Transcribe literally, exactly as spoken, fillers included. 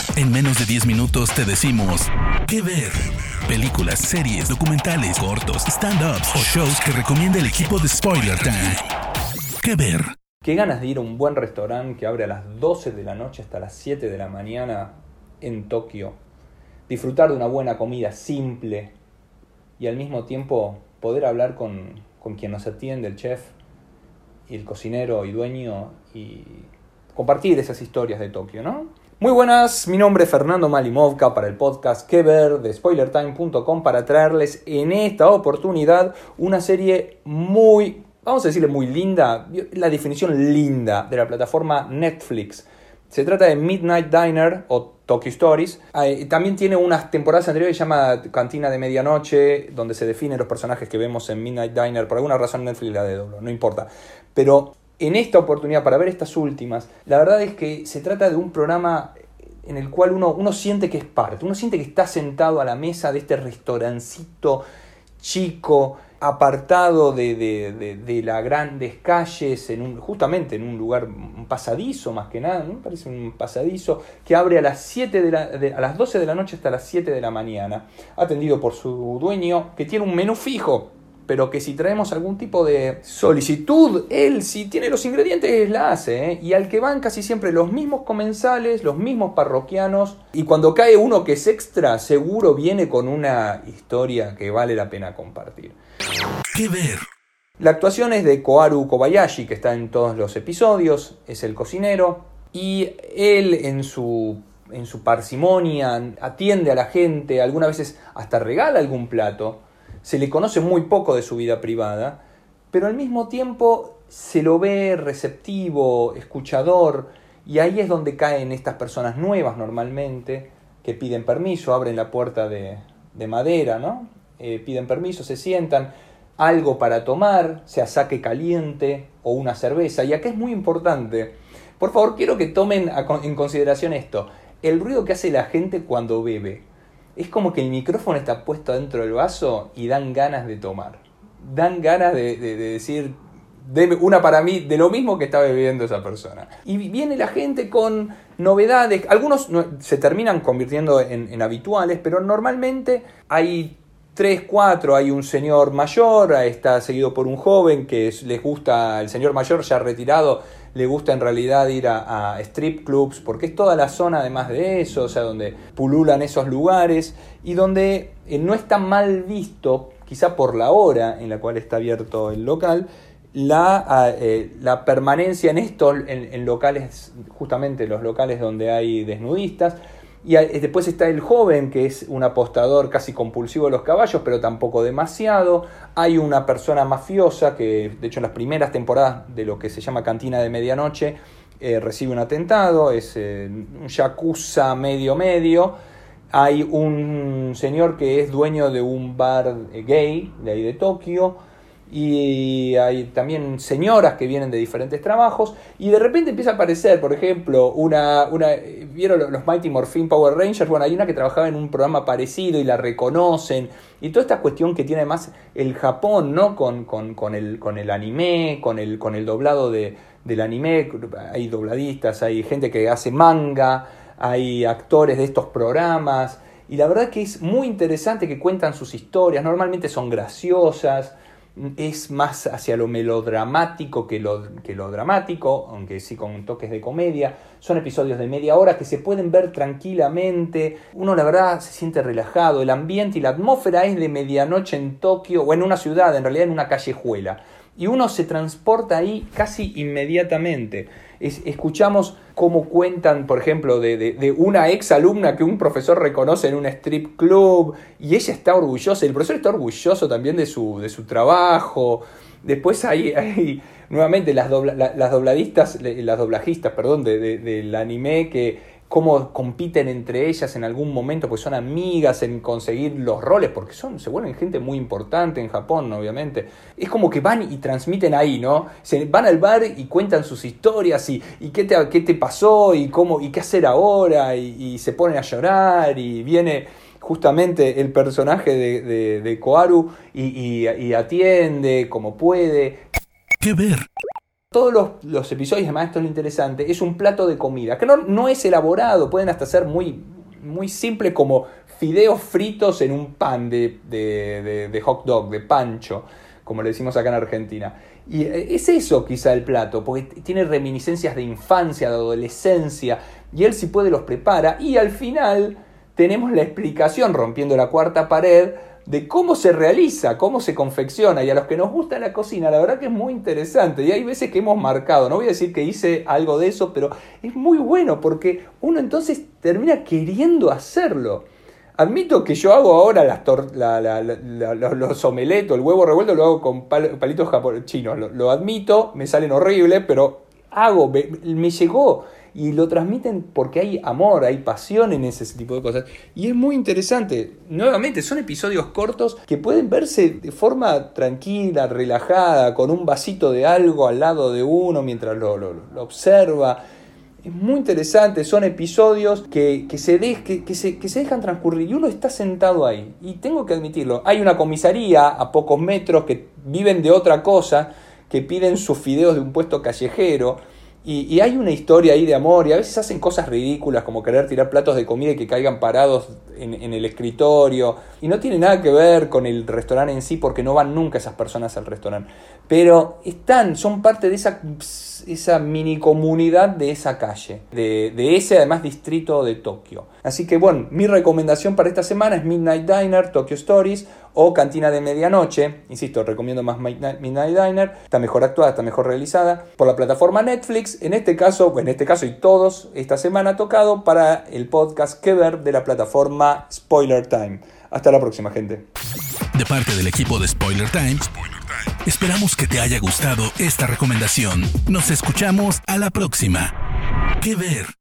En menos de diez minutos te decimos qué ver. Películas, series, documentales, cortos, stand-ups o shows que recomienda el equipo de Spoiler Time. ¿Qué ver? Qué ganas de ir a un buen restaurante que abre a las doce de la noche hasta las siete de la mañana en Tokio. Disfrutar de una buena comida simple y al mismo tiempo poder hablar con, con quien nos atiende, el chef y el cocinero y dueño, y compartir esas historias de Tokio, ¿no? Muy buenas, mi nombre es Fernando Malimovka para el podcast Que Ver de spoiler time punto com para traerles en esta oportunidad una serie muy, vamos a decirle muy linda, la definición linda de la plataforma Netflix. Se trata de Midnight Diner o Tokyo Stories. Eh, también tiene unas temporadas anteriores que se llama Cantina de Medianoche, donde se definen los personajes que vemos en Midnight Diner. Por alguna razón Netflix la de doble, no importa. Pero en esta oportunidad, para ver estas últimas, la verdad es que se trata de un programa en el cual uno, uno siente que es parte, uno siente que está sentado a la mesa de este restaurancito chico, apartado de, de, de, de las grandes calles, en un, justamente en un lugar, un pasadizo más que nada, ¿no? Parece un pasadizo que abre a las, siete de la, de, a las doce de la noche hasta las siete de la mañana, atendido por su dueño, que tiene un menú fijo, pero que si traemos algún tipo de solicitud, él si tiene los ingredientes la hace, ¿eh? Y al que van casi siempre los mismos comensales, los mismos parroquianos, y cuando cae uno que es extra, seguro viene con una historia que vale la pena compartir. ¿Qué ver? La actuación es de Koharu Kobayashi, que está en todos los episodios, es el cocinero, y él en su, en su parsimonia atiende a la gente, algunas veces hasta regala algún plato. Se le conoce muy poco de su vida privada, pero al mismo tiempo se lo ve receptivo, escuchador, y ahí es donde caen estas personas nuevas normalmente, que piden permiso, abren la puerta de, de madera, ¿no? Eh, piden permiso, se sientan, algo para tomar, sea saque caliente o una cerveza. Y acá es muy importante, por favor quiero que tomen a, en consideración esto, el ruido que hace la gente cuando bebe. Es como que el micrófono está puesto dentro del vaso y dan ganas de tomar. Dan ganas de, de, de decir, deme una para mí, de lo mismo que está bebiendo esa persona. Y viene la gente con novedades. Algunos no, se terminan convirtiendo en, en habituales, pero normalmente hay tres, cuatro. Hay un señor mayor, está seguido por un joven que es, les gusta, el señor mayor ya retirado, le gusta en realidad ir a, a strip clubs, porque es toda la zona además de eso, o sea, donde pululan esos lugares y donde eh, no está mal visto, quizá por la hora en la cual está abierto el local, la, eh, la permanencia en estos, en, en locales, justamente los locales donde hay desnudistas. Y después está el joven, que es un apostador casi compulsivo de los caballos, pero tampoco demasiado. Hay una persona mafiosa que, de hecho, en las primeras temporadas de lo que se llama Cantina de Medianoche, eh, recibe un atentado, es eh, un yakuza medio-medio. Hay un señor que es dueño de un bar gay de ahí de Tokio. Y hay también señoras que vienen de diferentes trabajos, y de repente empieza a aparecer, por ejemplo, una, una ¿vieron los Mighty Morphin Power Rangers? Bueno, hay una que trabajaba en un programa parecido y la reconocen, y toda esta cuestión que tiene además el Japón, ¿no? Con, con, con, el, con el anime, con el, con el doblado de, del anime, hay dobladistas, hay gente que hace manga, hay actores de estos programas, y la verdad que es muy interesante que cuentan sus historias, normalmente son graciosas. Es más hacia lo melodramático que lo, que lo dramático, aunque sí con toques de comedia. Son episodios de media hora que se pueden ver tranquilamente. Uno, la verdad, se siente relajado. El ambiente y la atmósfera es de medianoche en Tokio, o en una ciudad, en realidad en una callejuela. Y uno se transporta ahí casi inmediatamente. Es, escuchamos cómo cuentan, por ejemplo, de, de, de una ex alumna que un profesor reconoce en un strip club, y ella está orgullosa, el profesor está orgulloso también de su, de su trabajo. Después hay, hay nuevamente las, dobla, la, las dobladistas, las doblajistas, perdón, de, de, del anime, que cómo compiten entre ellas en algún momento, pues son amigas en conseguir los roles, porque son, se vuelven gente muy importante en Japón, obviamente. Es como que van y transmiten ahí, ¿no? Se van al bar y cuentan sus historias, y, y qué, te, qué te pasó, y cómo, y qué hacer ahora, y, y se ponen a llorar, y viene justamente el personaje de, de, de Koharu y, y, y atiende como puede. ¿Qué ver? Todos los, los episodios, además esto es lo interesante, es un plato de comida, que no, no es elaborado, pueden hasta ser muy, muy simple como fideos fritos en un pan de, de, de, de hot dog, de pancho, como le decimos acá en Argentina. Y es eso quizá el plato, porque tiene reminiscencias de infancia, de adolescencia, y él si puede los prepara, y al final tenemos la explicación, rompiendo la cuarta pared, de cómo se realiza, cómo se confecciona, y a los que nos gusta la cocina, la verdad que es muy interesante, y hay veces que hemos marcado, no voy a decir que hice algo de eso, pero es muy bueno, porque uno entonces termina queriendo hacerlo. Admito que yo hago ahora las tor- la, la, la, la, los, los omeletos, el huevo revuelto lo hago con pal- palitos japo- chinos, lo, lo admito, me salen horribles, pero hago, me, me llegó. Y lo transmiten porque hay amor, hay pasión en ese tipo de cosas. Y es muy interesante. Nuevamente, son episodios cortos que pueden verse de forma tranquila, relajada, con un vasito de algo al lado de uno mientras lo, lo, lo observa. Es muy interesante, son episodios que, que, se de, que, que, se, que se dejan transcurrir y uno está sentado ahí. Y tengo que admitirlo, hay una comisaría a pocos metros que viven de otra cosa, que piden sus fideos de un puesto callejero. Y, y hay una historia ahí de amor y a veces hacen cosas ridículas como querer tirar platos de comida y que caigan parados en, en el escritorio. Y no tiene nada que ver con el restaurante en sí porque no van nunca esas personas al restaurante. Pero están, son parte de esa, esa mini comunidad de esa calle, de, de ese además distrito de Tokio. Así que bueno, mi recomendación para esta semana es Midnight Diner, Tokyo Stories o Cantina de Medianoche. Insisto, recomiendo más Midnight Diner. Está mejor actuada, está mejor realizada por la plataforma Netflix. En este caso, en este caso y todos esta semana tocado para el podcast Que Ver de la plataforma Spoiler Time. Hasta la próxima, gente. De parte del equipo de Spoiler Time, esperamos que te haya gustado esta recomendación. Nos escuchamos a la próxima. Que Ver.